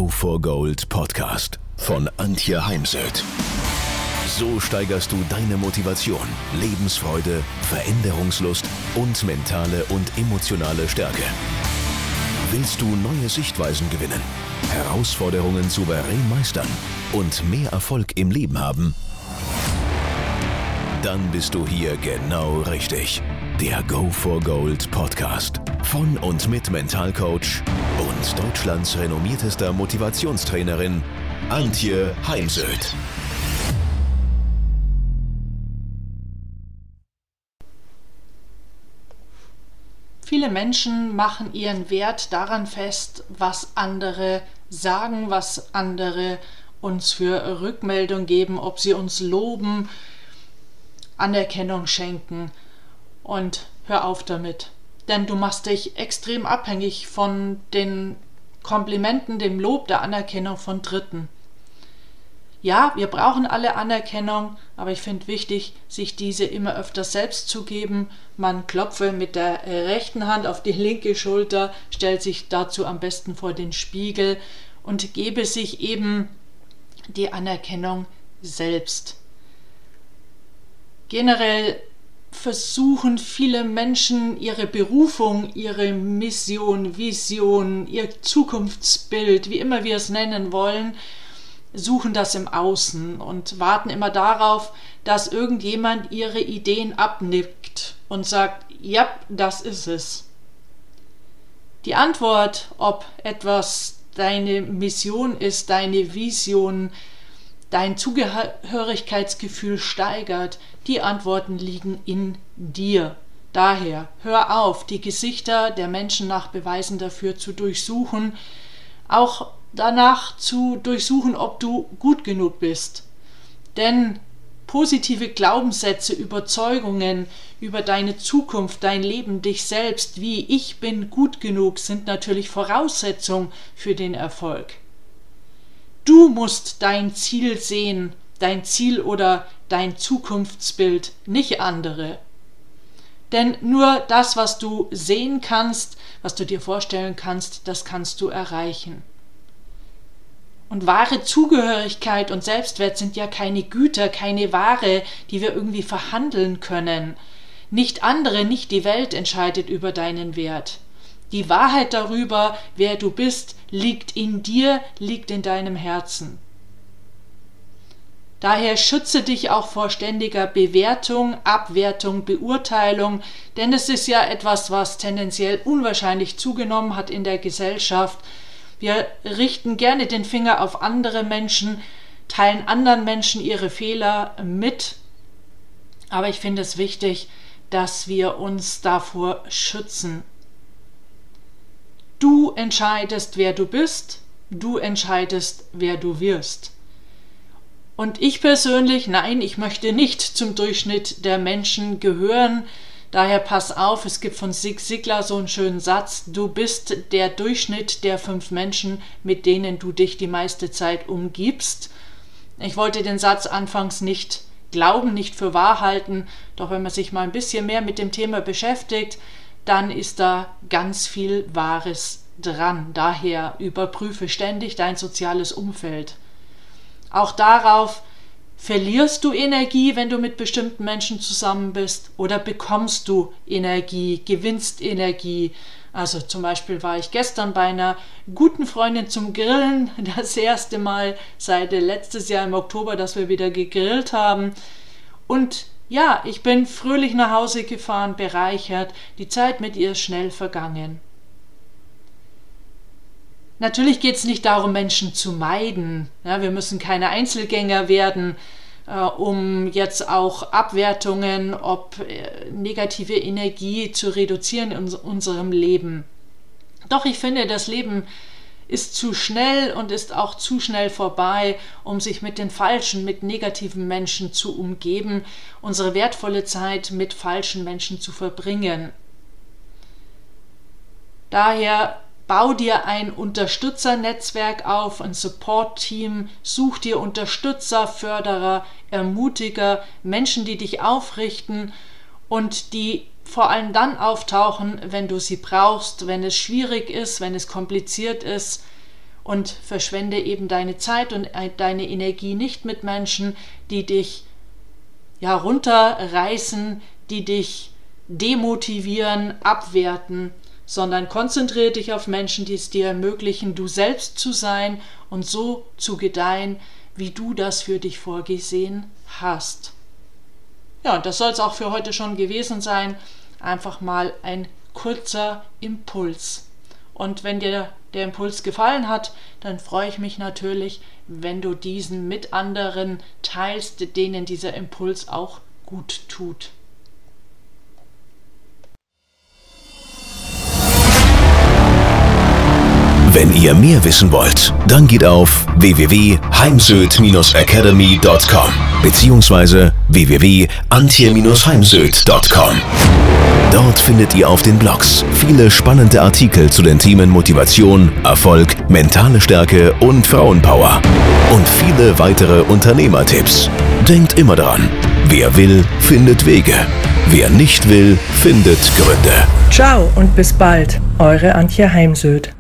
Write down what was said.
for Gold Podcast von Antje Heimsöth. So steigerst du deine Motivation, Lebensfreude, Veränderungslust und mentale und emotionale Stärke. Willst du neue Sichtweisen gewinnen, Herausforderungen souverän meistern und mehr Erfolg im Leben haben? Dann bist du hier genau richtig. Der Go for Gold Podcast von und mit Mentalcoach und Deutschlands renommiertester Motivationstrainerin Antje Heimsöth. Viele Menschen machen ihren Wert daran fest, was andere sagen, was andere uns für Rückmeldung geben, ob sie uns loben, Anerkennung schenken. Und hör auf damit, denn du machst dich extrem abhängig von den Komplimenten, dem Lob, der Anerkennung von Dritten. Ja, wir brauchen alle Anerkennung, aber ich finde wichtig, sich diese immer öfter selbst zu geben. Man klopfe mit der rechten Hand auf die linke Schulter, stellt sich dazu am besten vor den Spiegel und gebe sich eben die Anerkennung selbst. Generell versuchen viele Menschen ihre Berufung, ihre Mission, Vision, ihr Zukunftsbild, wie immer wir es nennen wollen, suchen das im Außen und warten immer darauf, dass irgendjemand ihre Ideen abnickt und sagt, ja, das ist es. Die Antwort, ob etwas deine Mission ist, deine Vision, dein Zugehörigkeitsgefühl steigert, die Antworten liegen in dir. Daher hör auf, die Gesichter der Menschen nach Beweisen dafür zu durchsuchen, auch danach zu durchsuchen, ob du gut genug bist. Denn positive Glaubenssätze, Überzeugungen über deine Zukunft, dein Leben, dich selbst, wie ich bin gut genug, sind natürlich Voraussetzung für den Erfolg. Du musst dein Ziel sehen, dein Ziel oder dein Zukunftsbild, nicht andere. Denn nur das, was du sehen kannst, was du dir vorstellen kannst, das kannst du erreichen. Und wahre Zugehörigkeit und Selbstwert sind ja keine Güter, keine Ware, die wir irgendwie verhandeln können. Nicht andere, nicht die Welt entscheidet über deinen Wert. Die Wahrheit darüber, wer du bist, liegt in dir, liegt in deinem Herzen. Daher schütze dich auch vor ständiger Bewertung, Abwertung, Beurteilung, denn es ist ja etwas, was tendenziell unwahrscheinlich zugenommen hat in der Gesellschaft. Wir richten gerne den Finger auf andere Menschen, teilen anderen Menschen ihre Fehler mit, aber ich finde es wichtig, dass wir uns davor schützen. Du entscheidest, wer du bist, du entscheidest, wer du wirst. Und ich persönlich, nein, ich möchte nicht zum Durchschnitt der Menschen gehören. Daher pass auf, es gibt von Zig Ziglar so einen schönen Satz, du bist der Durchschnitt der 5 Menschen, mit denen du dich die meiste Zeit umgibst. Ich wollte den Satz anfangs nicht glauben, nicht für wahr halten, doch wenn man sich mal ein bisschen mehr mit dem Thema beschäftigt, dann ist da ganz viel Wahres dran. Daher überprüfe ständig dein soziales Umfeld. Auch darauf, verlierst du Energie, wenn du mit bestimmten Menschen zusammen bist, oder bekommst du Energie, gewinnst Energie? Also zum Beispiel war ich gestern bei einer guten Freundin zum Grillen, das erste Mal seit letztes Jahr im Oktober, dass wir wieder gegrillt haben. Und ja, ich bin fröhlich nach Hause gefahren, bereichert, die Zeit mit ihr ist schnell vergangen. Natürlich geht es nicht darum, Menschen zu meiden. Ja, wir müssen keine Einzelgänger werden, um jetzt auch Abwertungen, ob negative Energie zu reduzieren in unserem Leben. Doch ich finde, das Leben ist zu schnell und ist auch zu schnell vorbei, um sich mit den falschen, mit negativen Menschen zu umgeben, unsere wertvolle Zeit mit falschen Menschen zu verbringen. Daher bau dir ein Unterstützernetzwerk auf, ein Support-Team, such dir Unterstützer, Förderer, Ermutiger, Menschen, die dich aufrichten und die vor allem dann auftauchen, wenn du sie brauchst, wenn es schwierig ist, wenn es kompliziert ist und verschwende eben deine Zeit und deine Energie nicht mit Menschen, die dich runterreißen, die dich demotivieren, abwerten, sondern konzentriere dich auf Menschen, die es dir ermöglichen, du selbst zu sein und so zu gedeihen, wie du das für dich vorgesehen hast. Ja, das soll es auch für heute schon gewesen sein. Einfach mal ein kurzer Impuls. Und wenn dir der Impuls gefallen hat, dann freue ich mich natürlich, wenn du diesen mit anderen teilst, denen dieser Impuls auch gut tut. Wenn ihr mehr wissen wollt, dann geht auf www.heimsöd-academy.com bzw. www.antje-heimsöd.com. Dort findet ihr auf den Blogs viele spannende Artikel zu den Themen Motivation, Erfolg, mentale Stärke und Frauenpower und viele weitere Unternehmertipps. Denkt immer daran, wer will, findet Wege. Wer nicht will, findet Gründe. Ciao und bis bald, eure Antje Heimsöd.